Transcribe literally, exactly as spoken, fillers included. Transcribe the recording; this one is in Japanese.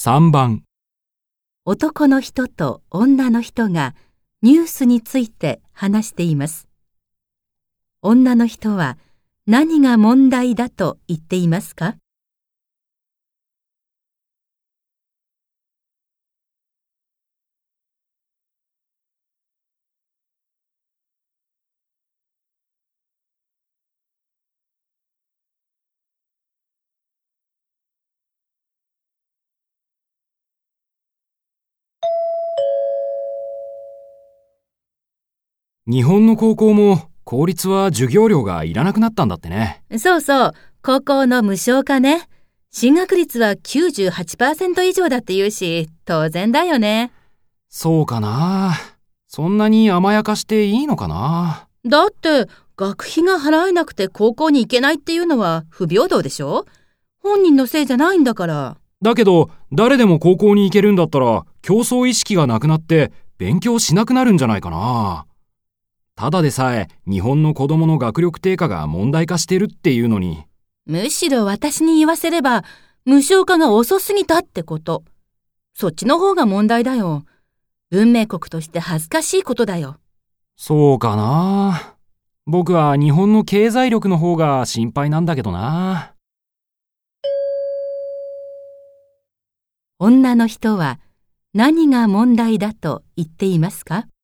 さんばん、 男の人と女の人がニュースについて話しています。女の人は何が問題だと言っていますか？ 日本の高校も公立は授業料がいらなくなったんだってね。 そうそう、高校の無償化ね。進学率は きゅうじゅうはちパーセント 以上だって言うし、当然だよね。 そうかな。そんなに甘やかしていいのかな。 だって学費が払えなくて高校に行けないっていうのは不平等でしょ？本人のせいじゃないんだから。 だけど誰でも高校に行けるんだったら競争意識がなくなって勉強しなくなるんじゃないかな。ただでさえ日本の子供の学力低下が問題化してるっていうのに。 むしろ私に言わせれば無償化が遅すぎたってこと。そっちの方が問題だよ。文明国として恥ずかしいことだよ。 そうかな。僕は日本の経済力の方が心配なんだけどな。 女の人は何が問題だと言っていますか？